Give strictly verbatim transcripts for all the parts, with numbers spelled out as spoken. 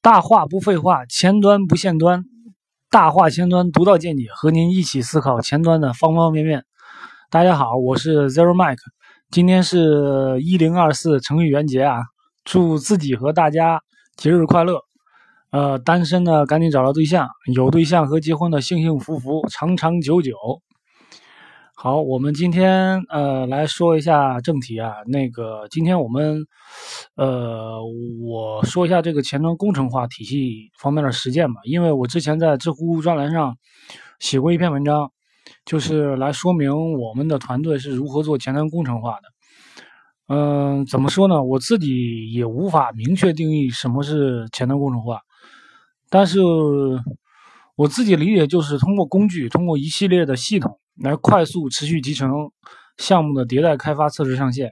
大话不废话，前端不限端，大话前端独到见解，和您一起思考前端的方方面面。大家好，我是 Zero Mike， 今天是一零二四程序员节啊，祝自己和大家节日快乐。呃，单身的赶紧找到对象，有对象和结婚的幸幸福福，长长久久。好，我们今天呃来说一下正题啊。那个，今天我们呃我说一下这个前端工程化体系方面的实践吧。因为我之前在知乎专栏上写过一篇文章，就是来说明我们的团队是如何做前端工程化的。嗯、呃，怎么说呢？我自己也无法明确定义什么是前端工程化，但是我自己理解就是通过工具，通过一系列的系统来快速持续集成项目的迭代开发测试上线。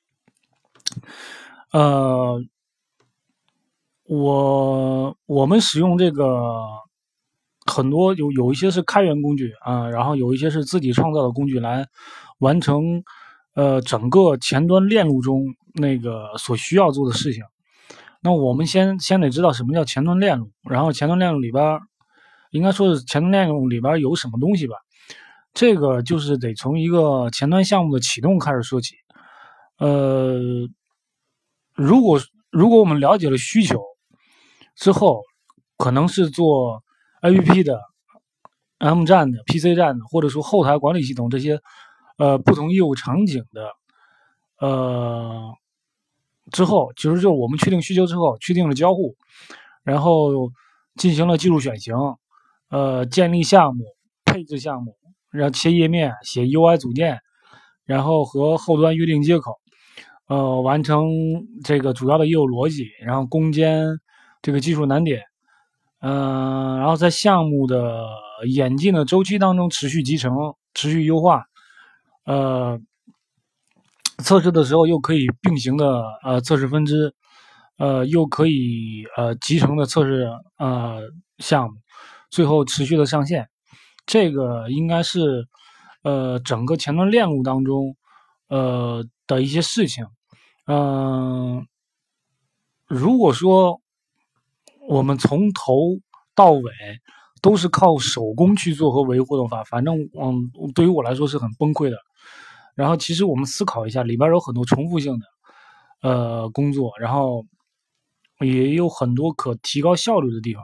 呃，我我们使用这个很多有有一些是开源工具啊、呃，然后有一些是自己创造的工具来完成呃整个前端链路中那个所需要做的事情。那我们先先得知道什么叫前端链路，然后前端链路里边应该说是前端链路里边有什么东西吧。这个就是得从一个前端项目的启动开始说起。呃，如果如果我们了解了需求之后，可能是做 A P P 的、M 站的、P C 站的，或者说后台管理系统这些呃不同业务场景的呃之后，其实就是我们确定需求之后，确定了交互，然后进行了技术选型，呃，建立项目、配置项目。然后切页面、写 U I 组件，然后和后端约定接口，呃，完成这个主要的业务逻辑，然后攻坚这个技术难点，嗯、呃，然后在项目的演进的周期当中持续集成、持续优化，呃，测试的时候又可以并行的呃测试分支，呃，又可以呃集成的测试呃项目，最后持续的上线。这个应该是，呃，整个前端链路当中，呃的一些事情。嗯、呃，如果说我们从头到尾都是靠手工去做和维护的话，反正嗯，对于我来说是很崩溃的。然后，其实我们思考一下，里边有很多重复性的呃工作，然后也有很多可提高效率的地方。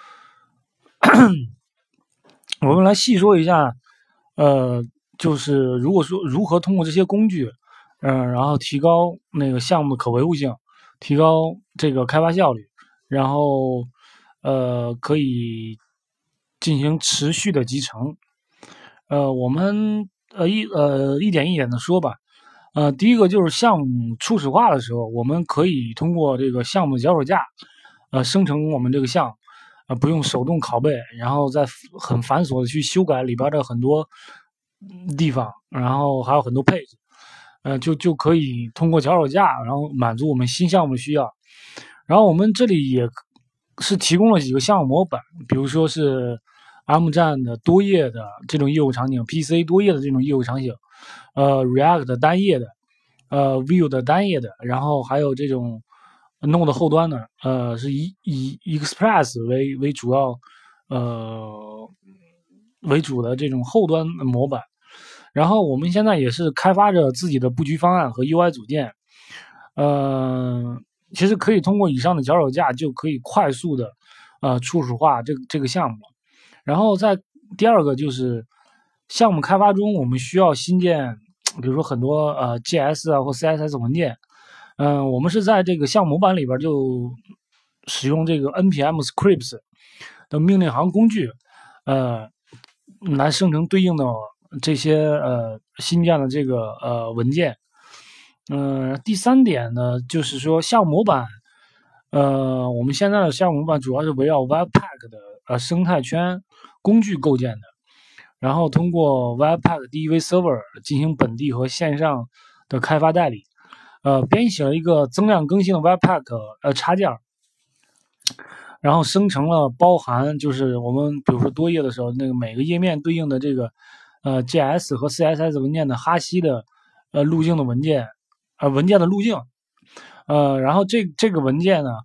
我们来细说一下，呃，就是如果说如何通过这些工具，嗯、呃，然后提高那个项目的可维护性，提高这个开发效率，然后呃可以进行持续的集成。呃，我们呃一呃一点一点的说吧。呃，第一个就是项目初始化的时候，我们可以通过这个项目脚手架，呃，生成我们这个项目。呃，不用手动拷贝，然后再很繁琐的去修改里边的很多地方，然后还有很多配置，呃，就就可以通过脚手架，然后满足我们新项目的需要。然后我们这里也是提供了几个项目模板，比如说是 M 站的多页的这种业务场景 ，P C 多页的这种业务场景，呃 ，React 单页的，呃，Vue 的单页的，然后还有这种。弄的后端呢，呃，是以以 Express 为为主要，呃为主的这种后端模板。然后我们现在也是开发着自己的布局方案和 U I 组件，呃，其实可以通过以上的脚手架就可以快速的呃初始化这个这个项目。然后在第二个就是项目开发中，我们需要新建，比如说很多呃 J S 啊或 C S S 文件。嗯、呃，我们是在这个项目模板里边就使用这个 N P M scripts 的命令行工具，呃，来生成对应的这些呃新建的这个呃文件。嗯、呃，第三点呢，就是说项目模板，呃，我们现在的项目模板主要是围绕 Webpack 的呃生态圈工具构建的，然后通过 Webpack D V Server 进行本地和线上的开发代理。呃，编写了一个增量更新的 Webpack 呃插件，然后生成了包含就是我们比如说多页的时候，那个每个页面对应的这个呃 J S 和 C S S 文件的哈希的呃路径的文件，呃文件的路径，呃，然后这这个文件呢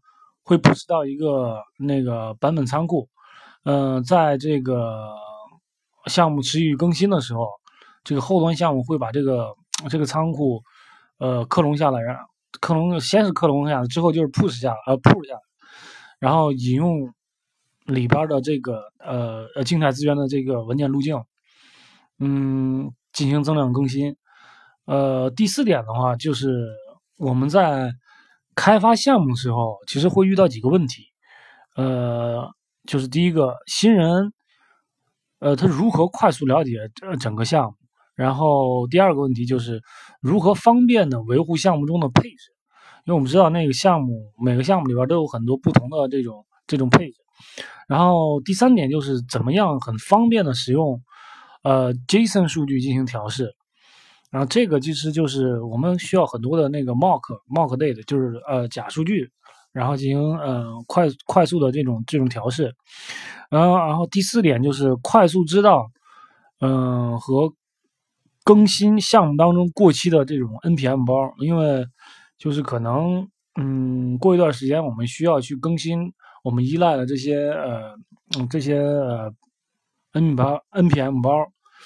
会 push 到一个那个版本仓库，呃，在这个项目持续更新的时候，这个后端项目会把这个这个仓库呃克隆下来，然克隆先是克隆下来，之后就是 push 下来，呃 push 下来，然后引用里边的这个呃呃静态资源的这个文件路径，嗯，进行增量更新。呃，第四点的话，就是我们在开发项目的时候，其实会遇到几个问题。呃，就是第一个，新人，呃，他如何快速了解呃整个项目？然后第二个问题就是如何方便的维护项目中的配置，因为我们知道那个项目每个项目里边都有很多不同的这种这种配置。然后第三点就是怎么样很方便的使用呃 JSON 数据进行调试。然后这个其实就是我们需要很多的那个 mock mock data，就是呃假数据，然后进行呃快快速的这种这种调试。然后然后第四点就是快速知道嗯、呃和更新项目当中过期的这种 N P M 包，因为就是可能嗯过一段时间我们需要去更新我们依赖的这些呃嗯这些呃 N 包 N P M 包。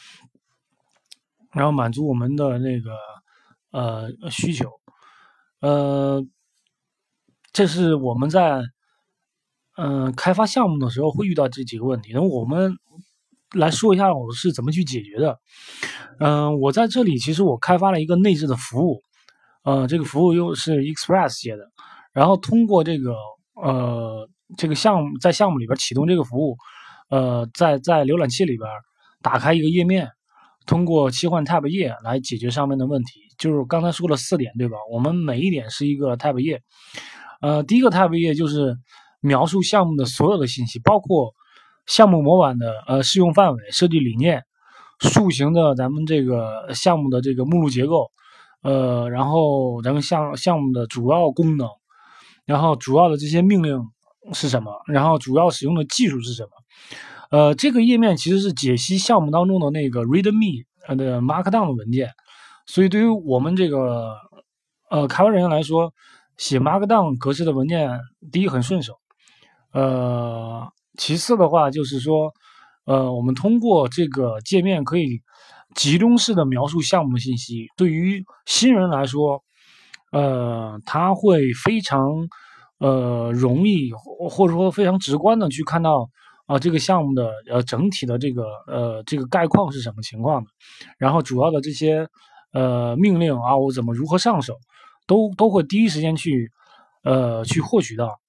然后满足我们的那个呃需求，呃，这是我们在嗯、呃开发项目的时候会遇到这几个问题。那我们来说一下我是怎么去解决的。嗯、呃，我在这里其实我开发了一个内置的服务，呃，这个服务又是 Express 写的，然后通过这个呃这个项目在项目里边启动这个服务，呃，在在浏览器里边打开一个页面。通过切换 tab 页来解决上面的问题，就是刚才说了四点，对吧？我们每一点是一个 tab 页。呃，第一个 tab 页就是描述项目的所有的信息，包括项目模板的呃适用范围、设计理念、树形的咱们这个项目的这个目录结构，呃，然后咱们项项目的主要功能，然后主要的这些命令是什么，然后主要使用的技术是什么。呃，这个页面其实是解析项目当中的那个 README 呃的 Markdown 的文件，所以对于我们这个呃开发人员来说，写 Markdown 格式的文件，第一很顺手，呃，其次的话就是说，呃，我们通过这个界面可以集中式的描述项目信息，对于新人来说，呃，他会非常呃容易或或者说非常直观的去看到。啊，这个项目的呃整体的这个呃这个概况是什么情况的，然后主要的这些呃命令啊，我怎么如何上手，都都会第一时间去呃去获取到，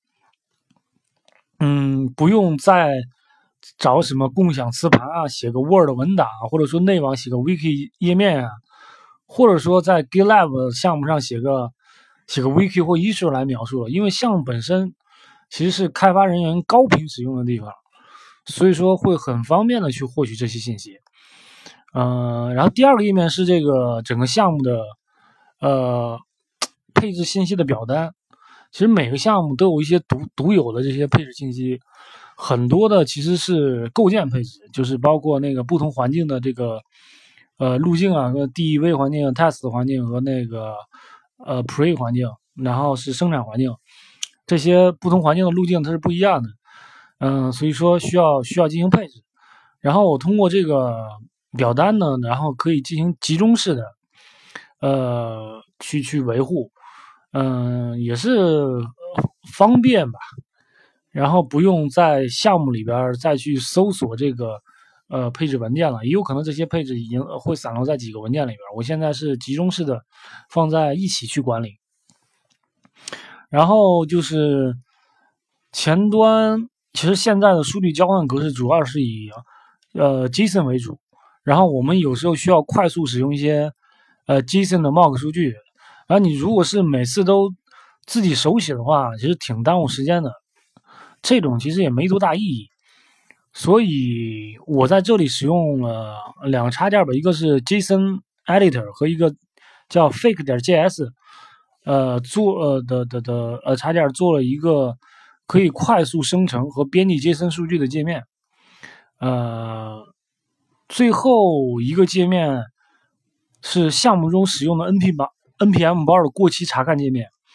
嗯，不用再找什么共享磁盘啊，写个 Word 文档，或者说内网写个 Wiki 页面啊，或者说在 GitLab 项目上写个写个 Wiki 或 issue 来描述了，因为项目本身其实是开发人员高频使用的地方。所以说会很方便的去获取这些信息，嗯、呃，然后第二个页面是这个整个项目的呃配置信息的表单。其实每个项目都有一些独独有的这些配置信息，很多的其实是构建配置，就是包括那个不同环境的这个呃路径啊，和 D E V 环境、test 环境和那个呃 pre 环境，然后是生产环境，这些不同环境的路径它是不一样的。嗯，所以说需要需要进行配置，然后我通过这个表单呢，然后可以进行集中式的，呃，去去维护，嗯，也是方便吧，然后不用在项目里边再去搜索这个呃配置文件了，也有可能这些配置已经会散落在几个文件里边，我现在是集中式的放在一起去管理，然后就是前端。其实现在的数据交换格式主要是以呃 JSON 为主，然后我们有时候需要快速使用一些呃 JSON 的 mock 数据，然后你如果是每次都自己手写的话，其实挺耽误时间的，这种其实也没多大意义。所以我在这里使用了两个插件吧，一个是 JSON Editor 和一个叫 Fake 点 J S，呃做呃的的的呃插件做了一个。可以快速生成和编辑 JSON 数据的界面，呃，最后一个界面是项目中使用的 N P 包 N P M 包的过期查看界面。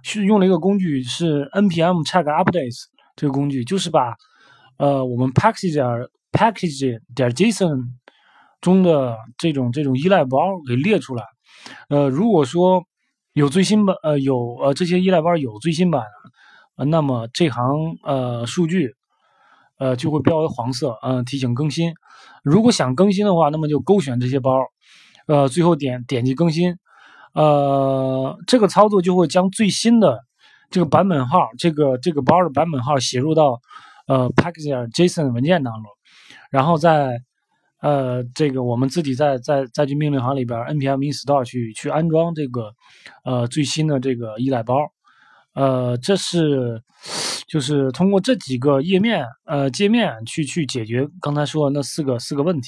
是用了一个工具是 npm check updates 这个工具，就是把呃我们 package 点 package 点 json 中的这种这种依赖包给列出来。呃，如果说有最新版，呃有呃这些依赖包有最新版，呃，那么这行呃数据呃就会标为黄色，嗯、呃，提醒更新。如果想更新的话，那么就勾选这些包，呃，最后点点击更新。呃，这个操作就会将最新的这个版本号，这个这个包的版本号写入到呃 package JSON 文件当中，然后在呃这个我们自己再再再去命令行里边 npm install 去去安装这个呃最新的这个依赖包。呃，这是就是通过这几个页面呃界面去去解决刚才说的那四个四个问题。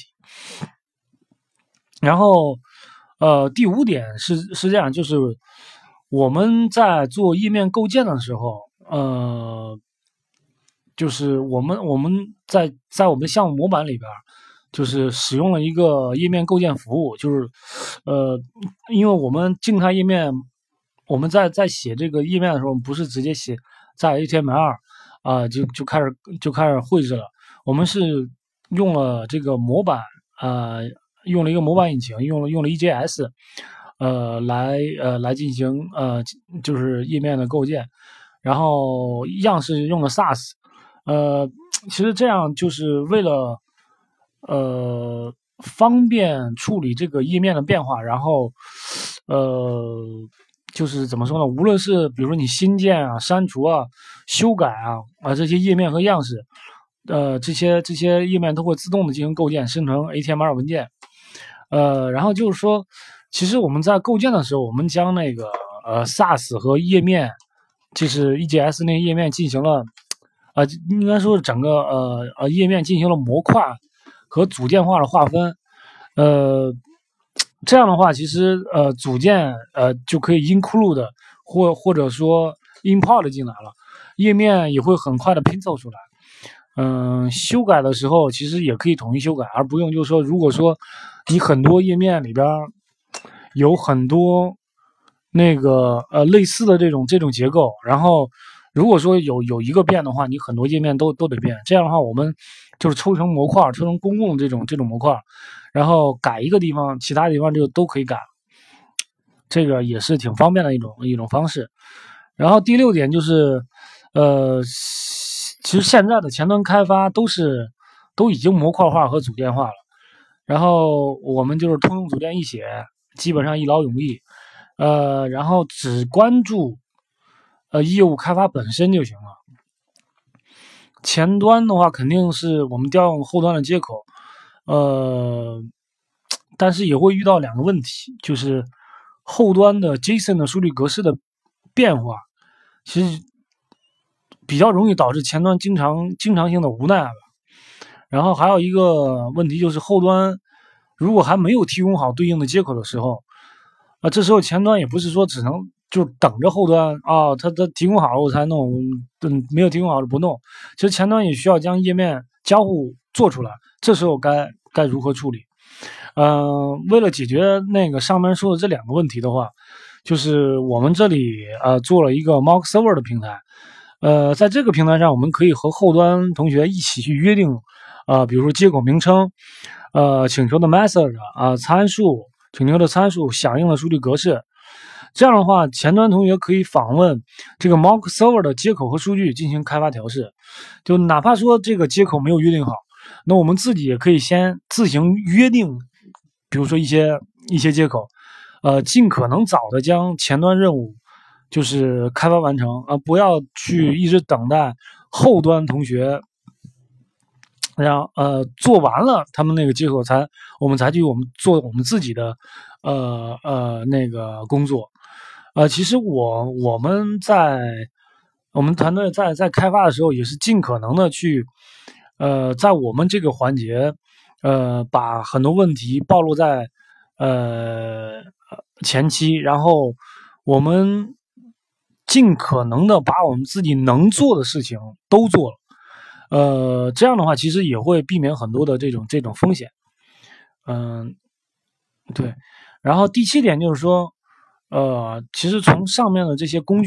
然后，呃，第五点是是这样，就是我们在做页面构建的时候，呃，就是我们我们在在我们的项目模板里边，就是使用了一个页面构建服务，就是呃，因为我们静态页面，我们在在写这个页面的时候，不是直接写在 H T M L 啊、呃，就就开始就开始绘制了，我们是用了这个模板啊。呃用了一个模板引擎，用了用了 E J S， 呃，来呃来进行呃就是页面的构建，然后样式用了 Sass， 呃，其实这样就是为了呃方便处理这个页面的变化，然后呃就是怎么说呢？无论是比如说你新建啊、删除啊、修改啊啊这些页面和样式，呃这些这些页面都会自动的进行构建，生成 H T M L 文件。呃，然后就是说，其实我们在构建的时候，我们将那个呃 Sass 和页面，就是 E J S 那个页面进行了，呃，应该说是整个呃呃页面进行了模块和组件化的划分。呃，这样的话，其实呃组件呃就可以 include 或或者说 import 进来了，页面也会很快的拼凑出来。嗯，修改的时候其实也可以统一修改，而不用就是说，如果说你很多页面里边有很多那个呃类似的这种这种结构，然后如果说有有一个变的话，你很多页面都都得变。这样的话，我们就是抽成模块，抽成公共这种这种模块，然后改一个地方，其他地方就都可以改，这个也是挺方便的一种一种方式。然后第六点就是，呃。其实现在的前端开发都是都已经模块化和组件化了，然后我们就是通用组件一写，基本上一劳永逸，呃，然后只关注呃业务开发本身就行了。前端的话肯定是我们调用后端的接口，呃，但是也会遇到两个问题，就是后端的 JSON 的数据格式的变化，其实比较容易导致前端经常经常性的无奈了。然后还有一个问题就是后端如果还没有提供好对应的接口的时候，啊，这时候前端也不是说只能就等着后端啊，它它提供好了我才弄，嗯，没有提供好就不弄。其实前端也需要将页面交互做出来，这时候该该如何处理？嗯、呃，为了解决那个上面说的这两个问题的话，就是我们这里呃做了一个 Mock Server 的平台。呃，在这个平台上，我们可以和后端同学一起去约定，呃，比如说接口名称，呃，请求的 method 啊、呃，参数，请求的参数，响应的数据格式。这样的话，前端同学可以访问这个 mock server 的接口和数据进行开发调试。就哪怕说这个接口没有约定好，那我们自己也可以先自行约定，比如说一些一些接口，呃，尽可能早的将前端任务。就是开发完成啊、呃，不要去一直等待后端同学，让呃做完了他们那个接口才我们才去我们做我们自己的呃呃那个工作。呃，其实我我们在我们团队在在开发的时候也是尽可能的去呃在我们这个环节呃把很多问题暴露在呃前期，然后我们。尽可能的把我们自己能做的事情都做了，呃，这样的话其实也会避免很多的这种这种风险，嗯、呃，对。然后第七点就是说，呃，其实从上面的这些工具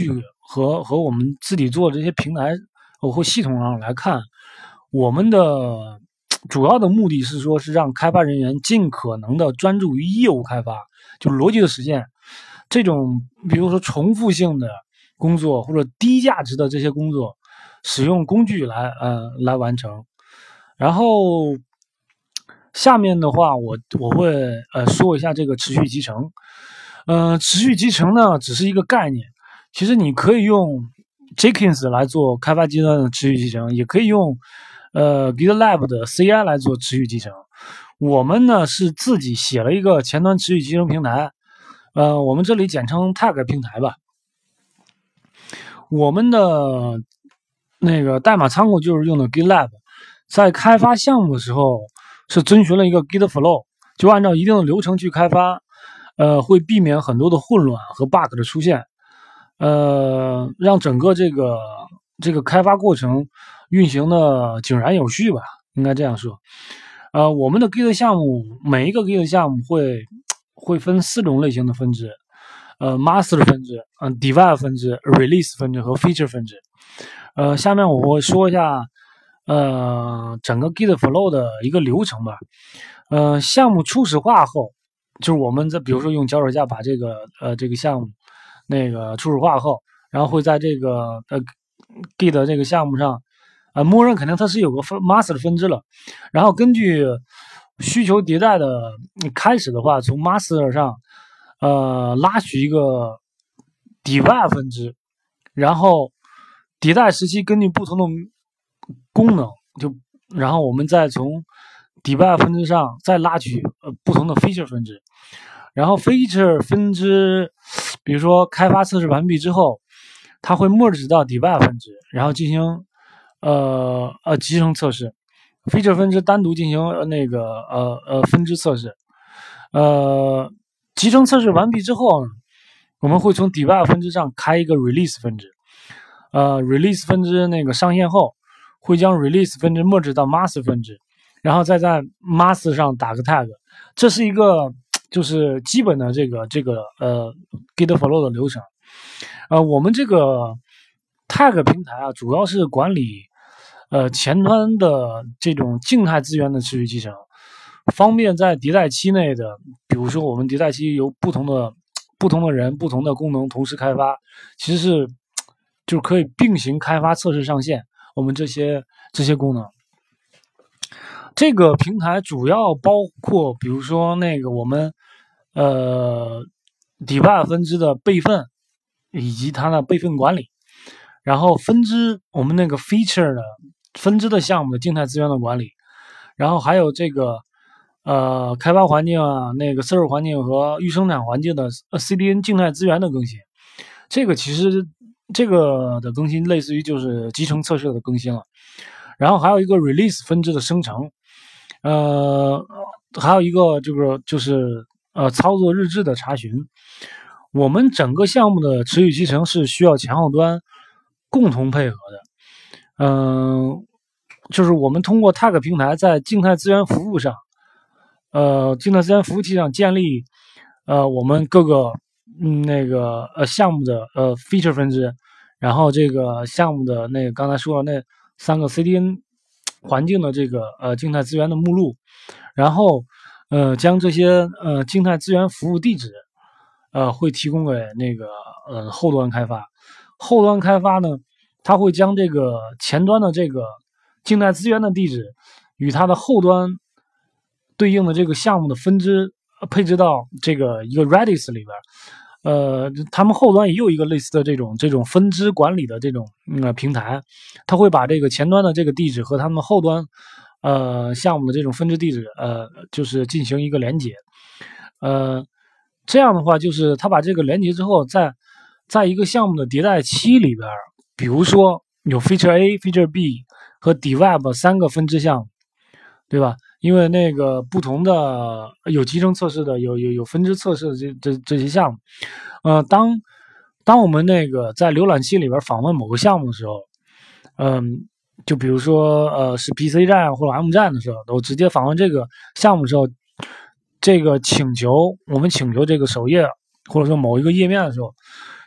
和和我们自己做的这些平台或系统上来看，我们的主要的目的是说是让开发人员尽可能的专注于业务开发，就是逻辑的实现。这种比如说重复性的工作或者低价值的这些工作，使用工具来呃来完成。然后下面的话，我我会呃说一下这个持续集成。呃，持续集成呢只是一个概念，其实你可以用 Jenkins 来做开发阶段的持续集成，也可以用呃 GitLab 的 C I 来做持续集成。我们呢是自己写了一个前端持续集成平台，呃，我们这里简称 Tag 平台吧。我们的那个代码仓库就是用的 GitLab， 在开发项目的时候是遵循了一个 Git Flow， 就按照一定的流程去开发，呃，会避免很多的混乱和 bug 的出现，呃，让整个这个这个开发过程运行的井然有序吧，应该这样说。呃，我们的 Git 项目，每一个 Git 项目会会分四种类型的分支。呃 ，master 分支，嗯、呃、，dev 分支 ，release 分支和 feature 分支。呃，下面我会说一下，呃，整个 Git flow 的一个流程吧。呃，项目初始化后，就是我们在比如说用脚手架把这个呃这个项目那个初始化后，然后会在这个呃 Git 这个项目上，呃，默认肯定它是有个分 master 分支了，然后根据需求迭代的开始的话，从 master 上。呃，拉取一个 dev 分支，然后迭代时期根据不同的功能，就然后我们再从 dev 分支上再拉取呃不同的 feature 分支，然后 feature 分支，比如说开发测试完毕之后，它会 merge 到 dev 分支，然后进行呃呃集成测试 ，feature 分支单独进行那个呃呃分支测试，呃。集成测试完毕之后呢，我们会从 dev 分支上开一个 release 分支，呃 release 分支那个上线后，会将 release 分支 merge 到 master 分支，然后再在 master 上打个 tag， 这是一个就是基本的这个这个呃 Git flow 的流程。呃，我们这个 tag 平台啊，主要是管理呃前端的这种静态资源的持续集成。方便在迭代期内的，比如说我们迭代期由不同的不同的人、不同的功能同时开发，其实是就是可以并行开发、测试、上线我们这些这些功能。这个平台主要包括，比如说那个我们呃 dev 分支的备份以及它的备份管理，然后分支我们那个 feature 的分支的项目的静态资源的管理，然后还有这个。呃，开发环境啊，那个 server 环境和预生产环境的 C D N 静态资源的更新，这个其实这个的更新类似于就是集成测试的更新了。然后还有一个 release 分支的生成，呃，还有一个这个就是呃操作日志的查询。我们整个项目的持续集成是需要前后端共同配合的，嗯、呃，就是我们通过 Tag 平台在静态资源服务上。呃，静态资源服务器上建立，呃，我们各个嗯那个呃项目的呃 feature 分支，然后这个项目的那个刚才说的那三个 C D N 环境的这个呃静态资源的目录，然后呃将这些呃静态资源服务地址，呃会提供给那个呃后端开发，后端开发呢，它会将这个前端的这个静态资源的地址与它的后端。对应的这个项目的分支配置到这个一个 Redis 里边，呃，他们后端也有一个类似的这种这种分支管理的这种嗯平台，它会把这个前端的这个地址和他们后端呃项目的这种分支地址呃就是进行一个连接，呃，这样的话就是它把这个连接之后，在在一个项目的迭代期里边，比如说有 Feature A、Feature B 和 Dev 三个分支项目，对吧？因为那个不同的有集成测试的，有有有分支测试的这这这些项目，呃，当当我们那个在浏览器里边访问某个项目的时候，嗯，就比如说呃是 P C 站或者 M 站的时候，我直接访问这个项目的时候，这个请求我们请求这个首页或者说某一个页面的时候，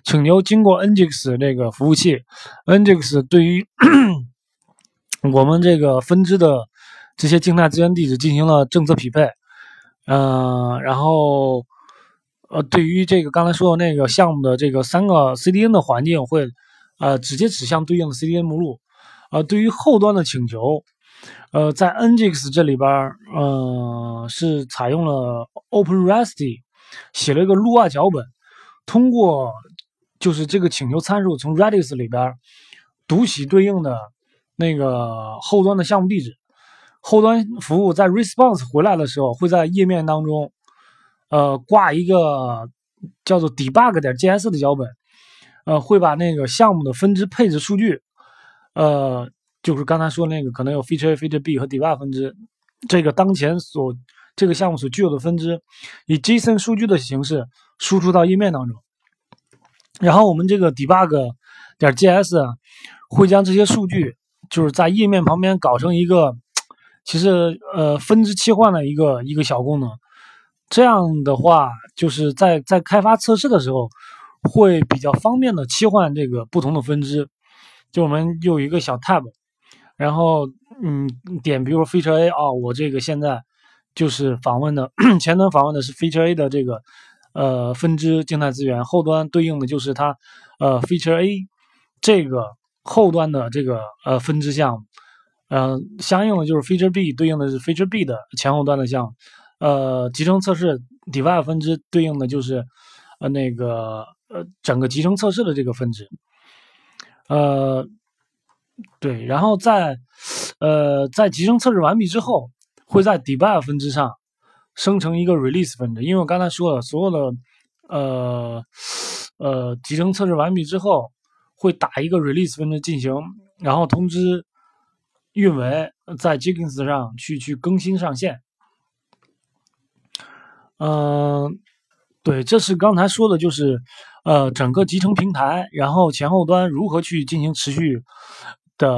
请求经过 N G X 这个服务器 ，N G X 对于我们这个分支的这些静态资源地址进行了政策匹配，呃，然后呃，对于这个刚才说的那个项目的这个三个 C D N 的环境会呃直接指向对应的 C D N 目录，呃，对于后端的请求，呃，在 N G X 这里边，呃，是采用了 OpenResty 写了一个路外脚本，通过就是这个请求参数从 Redis 里边读取对应的那个后端的项目地址，后端服务在 response 回来的时候，会在页面当中，呃，挂一个叫做 debug 点 js 的脚本，呃，会把那个项目的分支配置数据，呃，就是刚才说那个可能有 feature A、feature B 和 debug 分支，这个当前所这个项目所具有的分支，以 JSON 数据的形式输出到页面当中。然后我们这个 debug 点 js 啊，会将这些数据就是在页面旁边搞成一个，其实呃分支切换的一个一个小功能。这样的话，就是在在开发测试的时候，会比较方便的切换这个不同的分支。就我们有一个小 tab， 然后嗯点，比如说 feature A 啊、哦，我这个现在就是访问的前端访问的是 feature A 的这个呃分支静态资源，后端对应的就是它呃 feature A 这个后端的这个呃分支项目，呃相应的就是 feature B 对应的是 feature B 的前后端的项目，呃集成测试 debug 分支对应的就是呃那个呃整个集成测试的这个分支。呃，对，然后在呃在集成测试完毕之后，会在 debug 分支上生成一个 release 分支，因为我刚才说了，所有的呃呃集成测试完毕之后，会打一个 release 分支进行，然后通知运维在 Jenkins 上去去更新上线。嗯、呃，对，这是刚才说的，就是呃整个集成平台，然后前后端如何去进行持续的，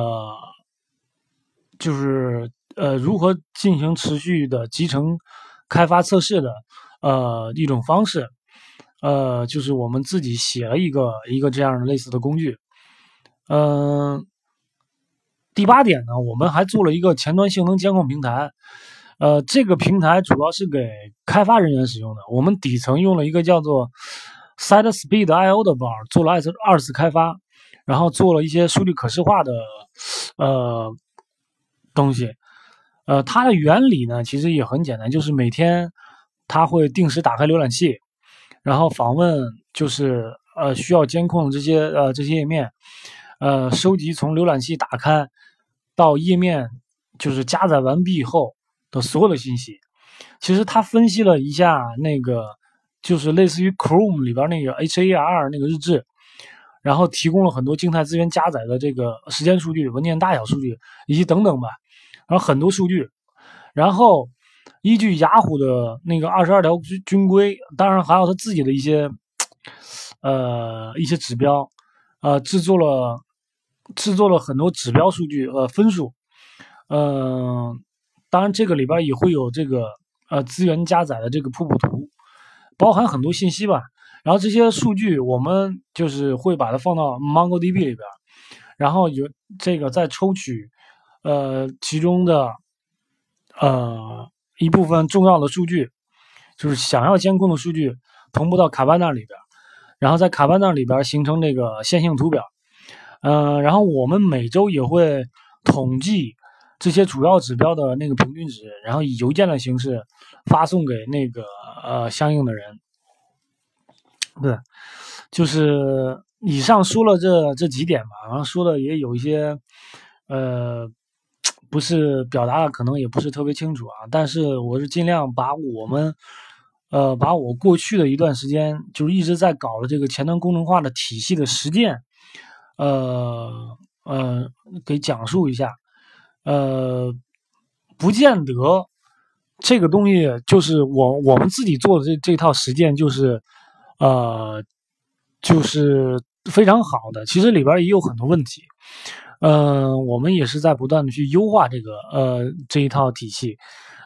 就是呃如何进行持续的集成开发测试的呃一种方式，呃就是我们自己写了一个一个这样的类似的工具。嗯、呃，第八点呢，我们还做了一个前端性能监控平台。呃，这个平台主要是给开发人员使用的。我们底层用了一个叫做 SiteSpeed I O 的包，做了二次二次开发，然后做了一些数据可视化的呃东西。呃，它的原理呢，其实也很简单，就是每天它会定时打开浏览器，然后访问就是呃需要监控这些呃这些页面，呃收集从浏览器打开到页面就是加载完毕以后的所有的信息。其实他分析了一下那个，就是类似于 Chrome 里边那个 H A R 那个日志，然后提供了很多静态资源加载的这个时间数据、文件大小数据以及等等吧，然后很多数据，然后依据雅虎的那个二十二条军规，当然还有他自己的一些呃一些指标，呃制作了制作了很多指标数据呃分数，嗯、呃。当然，这个里边也会有这个呃资源加载的这个瀑布图，包含很多信息吧。然后这些数据我们就是会把它放到 MongoDB 里边，然后有这个再抽取呃其中的呃一部分重要的数据，就是想要监控的数据同步到卡巴纳里边，然后在卡巴纳里边形成这个线性图表。呃，然后我们每周也会统计这些主要指标的那个平均值，然后以邮件的形式发送给那个呃相应的人。对，就是以上说了这这几点吧，然后说的也有一些呃不是表达的可能也不是特别清楚啊，但是我是尽量把我们呃把我过去的一段时间就是一直在搞的这个前端工程化的体系的实践，呃呃给讲述一下。呃，不见得这个东西就是我我们自己做的这这套实践就是呃就是非常好的，其实里边也有很多问题。呃，我们也是在不断的去优化这个呃这一套体系。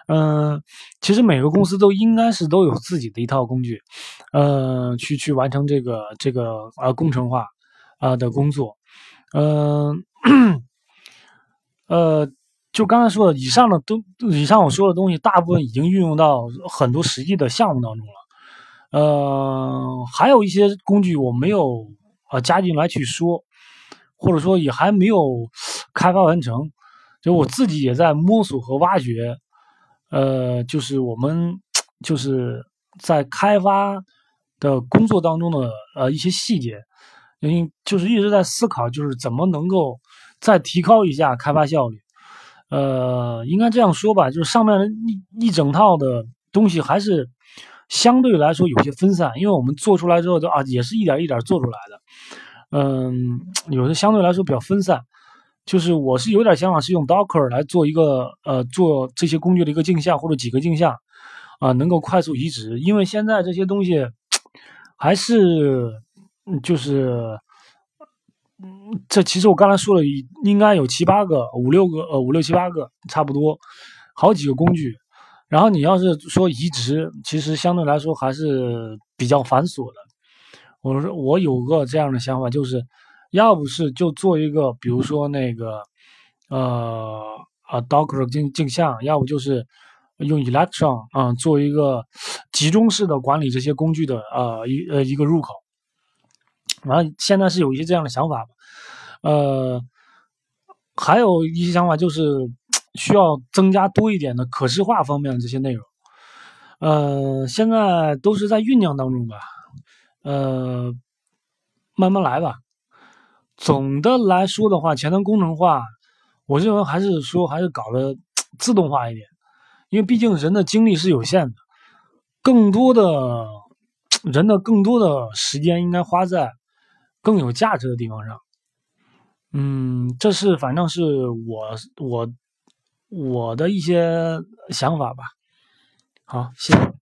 嗯、呃，其实每个公司都应该是都有自己的一套工具，呃，去去完成这个这个呃工程化啊、呃、的工作。嗯、呃，呃，就刚才说的，以上的都以上我说的东西，大部分已经运用到很多实际的项目当中了。呃，还有一些工具我没有呃加进来去说，或者说也还没有开发完成，就我自己也在摸索和挖掘。呃，就是我们就是在开发的工作当中的呃一些细节，因为就是一直在思考，就是怎么能够再提高一下开发效率。呃，应该这样说吧，就是上面的一一整套的东西还是相对来说有些分散，因为我们做出来之后都啊也是一点一点做出来的。嗯，有的相对来说比较分散。就是我是有点想法是用 Docker 来做一个呃做这些工具的一个镜像或者几个镜像啊、呃能够快速移植，因为现在这些东西还是嗯就是嗯这其实我刚才说了应该有七八个五六个呃五六七八个差不多好几个工具，然后你要是说移植，其实相对来说还是比较繁琐的。我说我有个这样的想法，就是要不是就做一个，比如说那个呃啊 Docker 镜镜像，要不就是用 Electron 啊、做一个集中式的管理这些工具的呃一呃一个入口。然后现在是有一些这样的想法吧，呃，还有一些想法就是需要增加多一点的可视化方面的这些内容。呃，现在都是在酝酿当中吧，呃，慢慢来吧。总的来说的话，前端工程化，我认为还是说还是搞得自动化一点，因为毕竟人的精力是有限的，更多的人的更多的时间应该花在更有价值的地方上。嗯，这是反正是我我我的一些想法吧。好，谢谢。